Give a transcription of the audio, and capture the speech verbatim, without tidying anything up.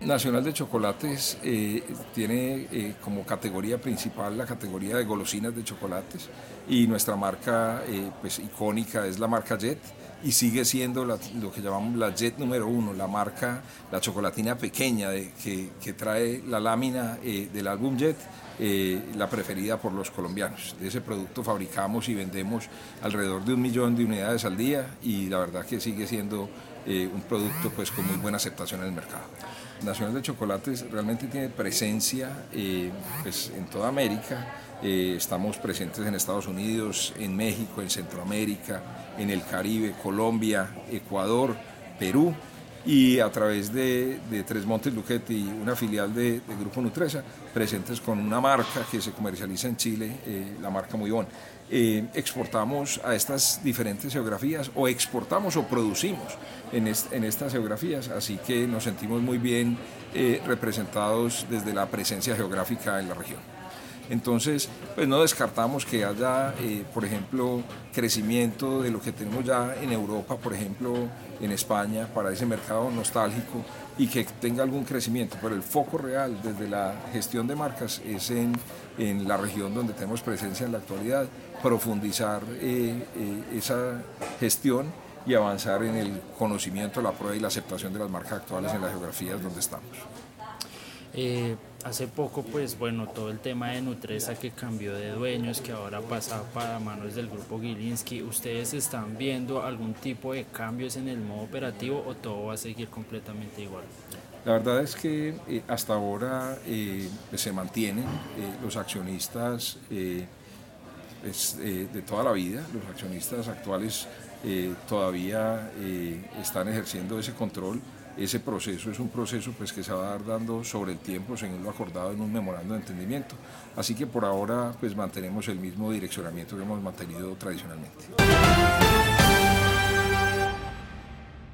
Nacional de Chocolates eh, tiene eh, como categoría principal la categoría de golosinas de chocolates y nuestra marca eh, pues, icónica es la marca Jet y sigue siendo la, lo que llamamos la Jet número uno, la marca, la chocolatina pequeña de, que, que trae la lámina eh, del álbum Jet, eh, la preferida por los colombianos. De ese producto fabricamos y vendemos alrededor de un millón de unidades al día y la verdad que sigue siendo eh, un producto pues, con muy buena aceptación en el mercado. Nacional de Chocolates realmente tiene presencia eh, pues, en toda América. Eh, estamos presentes en Estados Unidos, en México, en Centroamérica, en el Caribe, Colombia, Ecuador, Perú y a través de, de Tres Montes Luquetti, una filial de, de Grupo Nutresa, presentes con una marca que se comercializa en Chile, eh, la marca Muy Bon. Eh, exportamos a estas diferentes geografías o exportamos o producimos en, est en estas geografías, así que nos sentimos muy bien eh, representados desde la presencia geográfica en la región. Entonces, pues no descartamos que haya, eh, por ejemplo, crecimiento de lo que tenemos ya en Europa, por ejemplo, en España, para ese mercado nostálgico y que tenga algún crecimiento, pero el foco real desde la gestión de marcas es en, en la región donde tenemos presencia en la actualidad, profundizar eh, eh, esa gestión y avanzar en el conocimiento, la prueba y la aceptación de las marcas actuales en las geografías donde estamos. Eh, hace poco, pues bueno, todo el tema de Nutresa que cambió de dueños, que ahora pasa para manos del grupo Gilinski, ¿ustedes están viendo algún tipo de cambios en el modo operativo o todo va a seguir completamente igual? La verdad es que eh, hasta ahora eh, pues se mantienen eh, los accionistas eh, pues, eh, de toda la vida, los accionistas actuales eh, todavía eh, están ejerciendo ese control. Ese proceso es un proceso pues, que se va a dar dando sobre el tiempo, según lo acordado en un memorando de entendimiento. Así que por ahora pues, mantenemos el mismo direccionamiento que hemos mantenido tradicionalmente.